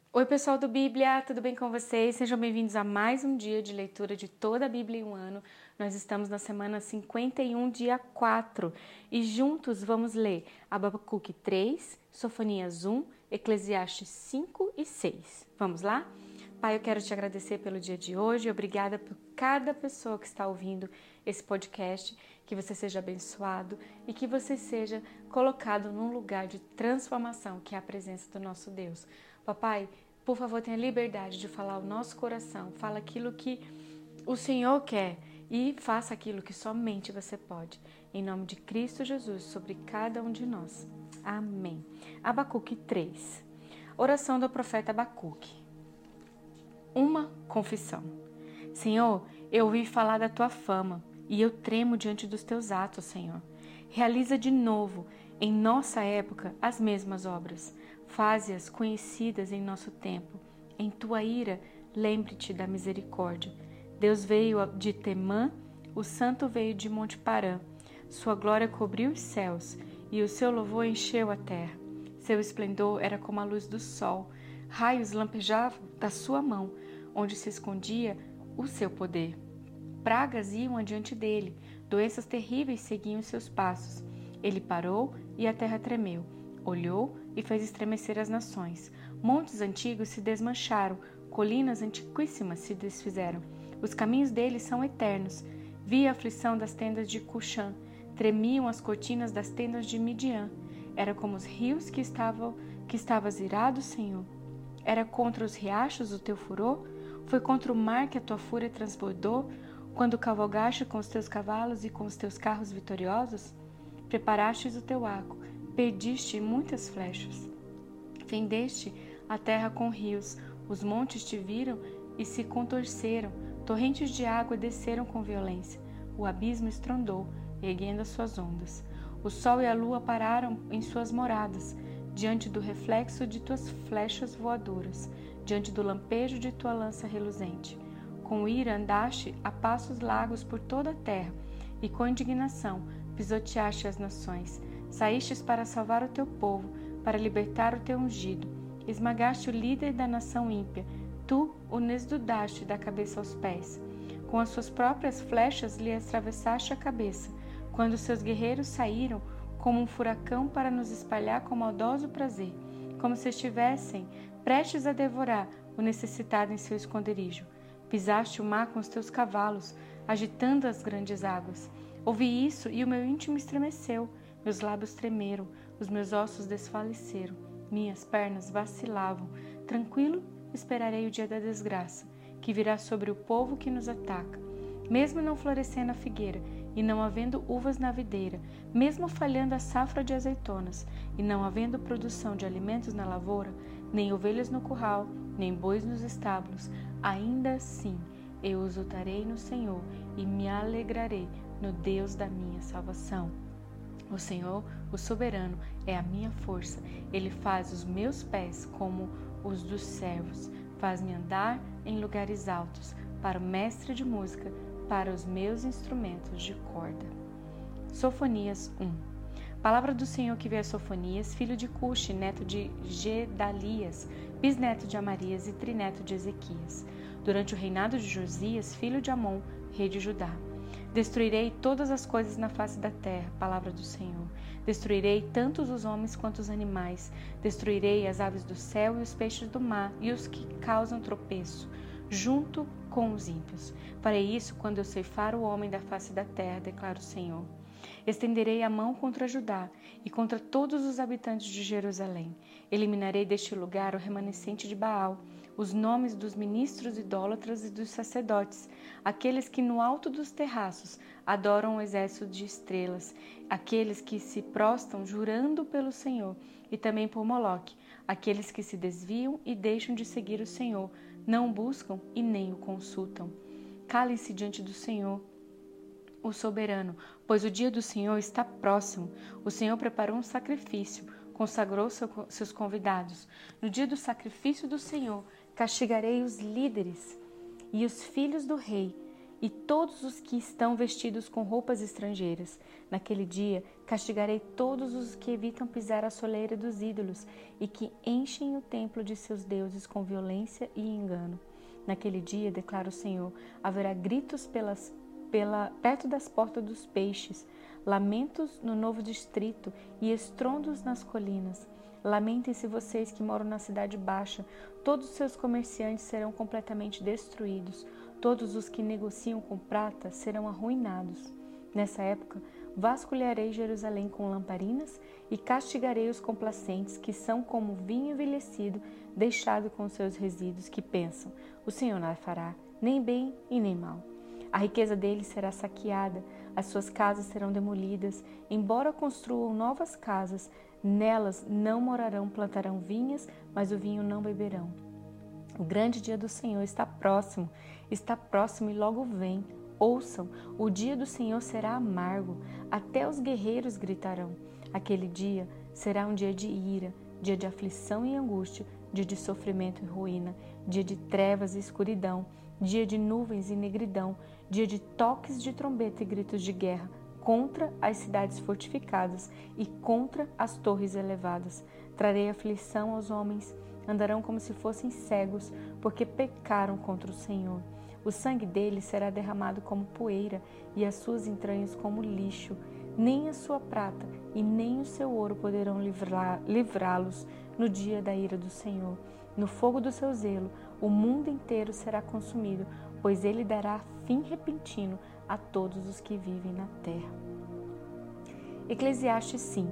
Oi, pessoal do Bíblia, tudo bem com vocês? Sejam bem-vindos a mais um dia de leitura de toda a Bíblia em um ano. Nós estamos na semana 51, dia 4, e juntos vamos ler Abacuque 3, Sofonias 1, Eclesiastes 5 e 6. Vamos lá? Pai, eu quero te agradecer pelo dia de hoje, obrigada por cada pessoa que está ouvindo esse podcast, que você seja abençoado e que você seja colocado num lugar de transformação, que é a presença do nosso Deus. Papai, por favor, tenha liberdade de falar o nosso coração, fala aquilo que o Senhor quer e faça aquilo que somente você pode. Em nome de Cristo Jesus, sobre cada um de nós. Amém. Abacuque 3. Oração do profeta Abacuque. Uma confissão. Senhor, eu ouvi falar da tua fama e eu tremo diante dos teus atos, Senhor. Realiza de novo, em nossa época, as mesmas obras. Faze-as conhecidas em nosso tempo. Em tua ira, lembre-te da misericórdia. Deus veio de Temã, o santo veio de Monte Parã. Sua glória cobriu os céus e o seu louvor encheu a terra. Seu esplendor era como a luz do sol. Raios lampejavam da sua mão, onde se escondia o seu poder. Pragas iam adiante dele, doenças terríveis seguiam seus passos. Ele parou e a terra tremeu. Olhou e fez estremecer as nações. Montes antigos se desmancharam, colinas antiquíssimas se desfizeram. Os caminhos dele são eternos. Vi a aflição das tendas de Cuxã. Tremiam as cortinas das tendas de Midian. Era como os rios que estavas irado, Senhor. Era contra os riachos o teu furor? Foi contra o mar que a tua fúria transbordou? Quando cavalgaste com os teus cavalos e com os teus carros vitoriosos? Preparastes o teu arco, perdiste muitas flechas. Fendeste a terra com rios, os montes te viram e se contorceram, torrentes de água desceram com violência. O abismo estrondou, erguendo as suas ondas. O sol e a lua pararam em suas moradas, diante do reflexo de tuas flechas voadoras, diante do lampejo de tua lança reluzente. Com ira andaste a passos largos por toda a terra, e com indignação pisoteaste as nações. Saístes para salvar o teu povo, para libertar o teu ungido. Esmagaste o líder da nação ímpia, tu o desnudaste da cabeça aos pés. Com as suas próprias flechas lhe atravessaste a cabeça, quando seus guerreiros saíram como um furacão para nos espalhar com maldoso prazer, como se estivessem prestes a devorar o necessitado em seu esconderijo. Pisaste o mar com os teus cavalos, agitando as grandes águas. Ouvi isso e o meu íntimo estremeceu, meus lábios tremeram, os meus ossos desfaleceram, minhas pernas vacilavam. Tranquilo, esperarei o dia da desgraça, que virá sobre o povo que nos ataca. Mesmo não florescendo a figueira, e não havendo uvas na videira, mesmo falhando a safra de azeitonas, e não havendo produção de alimentos na lavoura, nem ovelhas no curral, nem bois nos estábulos, ainda assim eu exultarei no Senhor e me alegrarei no Deus da minha salvação. O Senhor, o soberano, é a minha força. Ele faz os meus pés como os dos servos, faz-me andar em lugares altos, para o mestre de música, para os meus instrumentos de corda. Sofonias 1. Palavra do Senhor que veio a Sofonias, filho de Cuxi, neto de Gedalias, bisneto de Amarias e trineto de Ezequias, durante o reinado de Josias, filho de Amon, rei de Judá. Destruirei todas as coisas na face da terra, palavra do Senhor. Destruirei tanto os homens quanto os animais. Destruirei as aves do céu e os peixes do mar e os que causam tropeço, junto com os ímpios. Farei isso quando eu ceifar o homem da face da terra, declara o Senhor. Estenderei a mão contra Judá e contra todos os habitantes de Jerusalém. Eliminarei deste lugar o remanescente de Baal, os nomes dos ministros idólatras e dos sacerdotes, aqueles que no alto dos terraços adoram o exército de estrelas, aqueles que se prostram jurando pelo Senhor e também por Moloque, aqueles que se desviam e deixam de seguir o Senhor, não o buscam e nem o consultam. Calem-se diante do Senhor, o soberano, pois o dia do Senhor está próximo. O Senhor preparou um sacrifício, consagrou seus convidados. No dia do sacrifício do Senhor, castigarei os líderes e os filhos do rei, e todos os que estão vestidos com roupas estrangeiras. Naquele dia, castigarei todos os que evitam pisar a soleira dos ídolos e que enchem o templo de seus deuses com violência e engano. Naquele dia, declara o Senhor, haverá gritos perto das portas dos peixes, lamentos no novo distrito e estrondos nas colinas. Lamentem-se vocês que moram na cidade baixa, todos os seus comerciantes serão completamente destruídos, todos os que negociam com prata serão arruinados. Nessa época, vasculharei Jerusalém com lamparinas e castigarei os complacentes, que são como vinho envelhecido, deixado com seus resíduos, que pensam, o Senhor não fará, nem bem e nem mal. A riqueza deles será saqueada, as suas casas serão demolidas, embora construam novas casas, nelas não morarão, plantarão vinhas, mas o vinho não beberão. O grande dia do Senhor está próximo e logo vem. Ouçam, o dia do Senhor será amargo, até os guerreiros gritarão. Aquele dia será um dia de ira, dia de aflição e angústia, dia de sofrimento e ruína, dia de trevas e escuridão, dia de nuvens e negridão, dia de toques de trombeta e gritos de guerra, contra as cidades fortificadas e contra as torres elevadas. Trarei aflição aos homens, andarão como se fossem cegos, porque pecaram contra o Senhor. O sangue deles será derramado como poeira e as suas entranhas como lixo. Nem a sua prata e nem o seu ouro poderão livrá-los no dia da ira do Senhor. No fogo do seu zelo, o mundo inteiro será consumido, pois ele dará fim repentino a todos os que vivem na terra. Eclesiastes 5.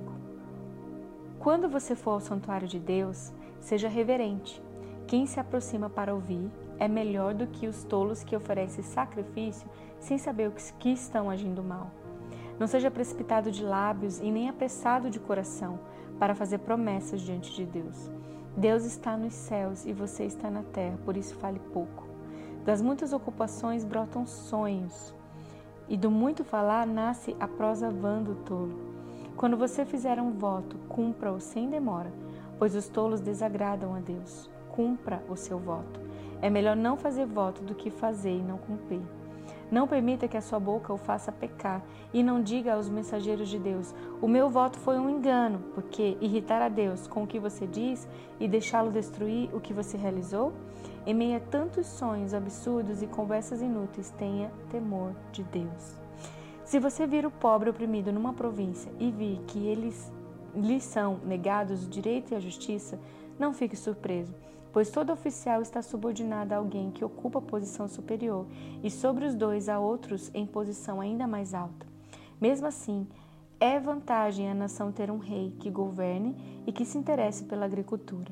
Quando você for ao santuário de Deus, seja reverente. Quem se aproxima para ouvir é melhor do que os tolos que oferecem sacrifício sem saber o que estão agindo mal. Não seja precipitado de lábios e nem apressado de coração para fazer promessas diante de Deus. Deus está nos céus e você está na terra, por isso fale pouco. Das muitas ocupações brotam sonhos, e do muito falar nasce a prosa vã do tolo. Quando você fizer um voto, cumpra-o sem demora, pois os tolos desagradam a Deus. Cumpra o seu voto. É melhor não fazer voto do que fazer e não cumprir. Não permita que a sua boca o faça pecar e não diga aos mensageiros de Deus, o meu voto foi um engano, porque irritar a Deus com o que você diz e deixá-lo destruir o que você realizou? Em meio a tantos sonhos absurdos e conversas inúteis, tenha temor de Deus. Se você vir o pobre oprimido numa província e vir que lhes são negados o direito e a justiça, não fique surpreso, pois todo oficial está subordinado a alguém que ocupa posição superior, e sobre os dois há outros em posição ainda mais alta. Mesmo assim, é vantagem a nação ter um rei que governe e que se interesse pela agricultura.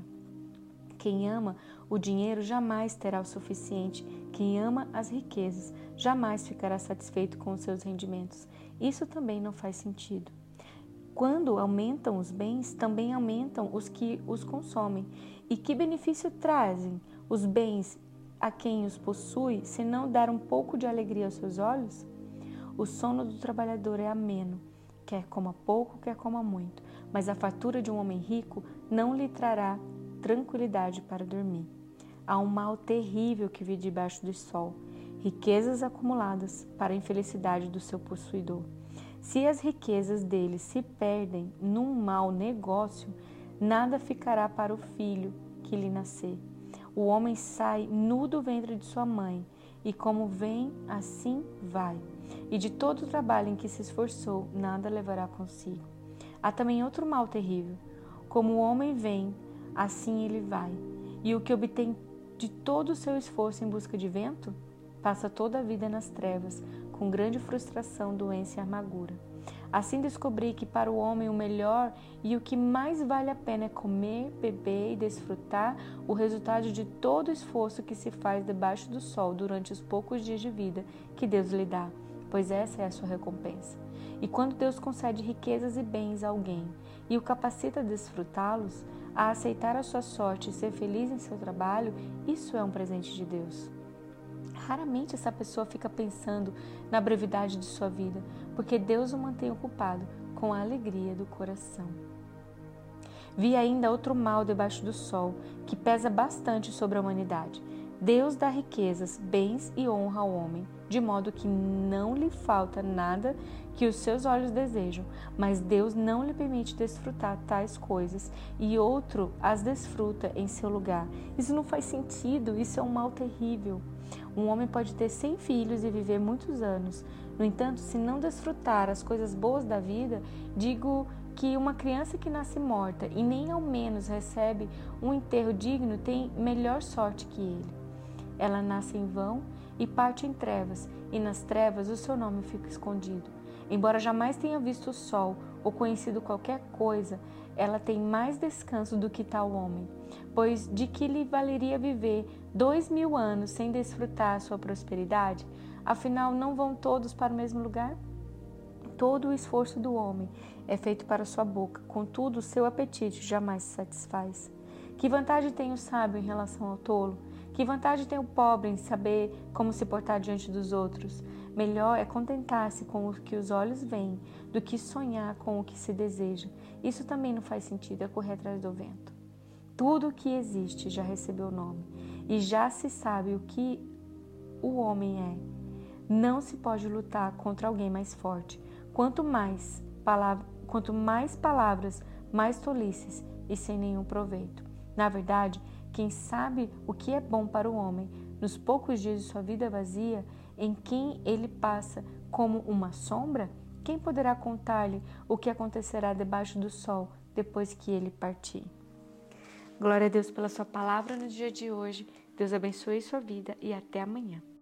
Quem ama o dinheiro jamais terá o suficiente. Quem ama as riquezas jamais ficará satisfeito com os seus rendimentos. Isso também não faz sentido. Quando aumentam os bens, também aumentam os que os consomem. E que benefício trazem os bens a quem os possui, se não dar um pouco de alegria aos seus olhos? O sono do trabalhador é ameno, quer coma pouco, quer coma muito, mas a fartura de um homem rico não lhe trará tranquilidade para dormir. Há um mal terrível que vive debaixo do sol, riquezas acumuladas para a infelicidade do seu possuidor. Se as riquezas dele se perdem num mau negócio, nada ficará para o filho que lhe nascer. O homem sai nu do ventre de sua mãe, e como vem, assim vai. E de todo o trabalho em que se esforçou, nada levará consigo. Há também outro mal terrível. Como o homem vem, assim ele vai. E o que obtém de todo o seu esforço em busca de vento, passa toda a vida nas trevas, com grande frustração, doença e amargura. Assim descobri que para o homem o melhor e o que mais vale a pena é comer, beber e desfrutar o resultado de todo o esforço que se faz debaixo do sol durante os poucos dias de vida que Deus lhe dá, pois essa é a sua recompensa. E quando Deus concede riquezas e bens a alguém e o capacita a desfrutá-los, a aceitar a sua sorte e ser feliz em seu trabalho, isso é um presente de Deus. Raramente essa pessoa fica pensando na brevidade de sua vida, porque Deus o mantém ocupado com a alegria do coração. Vi ainda outro mal debaixo do sol, que pesa bastante sobre a humanidade. Deus dá riquezas, bens e honra ao homem, de modo que não lhe falta nada que os seus olhos desejam, mas Deus não lhe permite desfrutar tais coisas e outro as desfruta em seu lugar. Isso não faz sentido, isso é um mal terrível. Um homem pode ter 100 filhos e viver muitos anos. No entanto, se não desfrutar as coisas boas da vida, digo que uma criança que nasce morta e nem ao menos recebe um enterro digno tem melhor sorte que ele. Ela nasce em vão e parte em trevas, e nas trevas o seu nome fica escondido. Embora jamais tenha visto o sol ou conhecido qualquer coisa, ela tem mais descanso do que tal homem, pois de que lhe valeria viver 2000 anos sem desfrutar a sua prosperidade? Afinal, não vão todos para o mesmo lugar? Todo o esforço do homem é feito para sua boca, contudo, o seu apetite jamais se satisfaz. Que vantagem tem o sábio em relação ao tolo? Que vantagem tem o pobre em saber como se portar diante dos outros? Melhor é contentar-se com o que os olhos veem do que sonhar com o que se deseja. Isso também não faz sentido, é correr atrás do vento. Tudo o que existe já recebeu nome e já se sabe o que o homem é. Não se pode lutar contra alguém mais forte. Quanto mais palavras, mais tolices e sem nenhum proveito. Na verdade, quem sabe o que é bom para o homem, nos poucos dias de sua vida vazia, em quem ele passa como uma sombra, quem poderá contar-lhe o que acontecerá debaixo do sol depois que ele partir? Glória a Deus pela sua palavra no dia de hoje. Deus abençoe sua vida e até amanhã.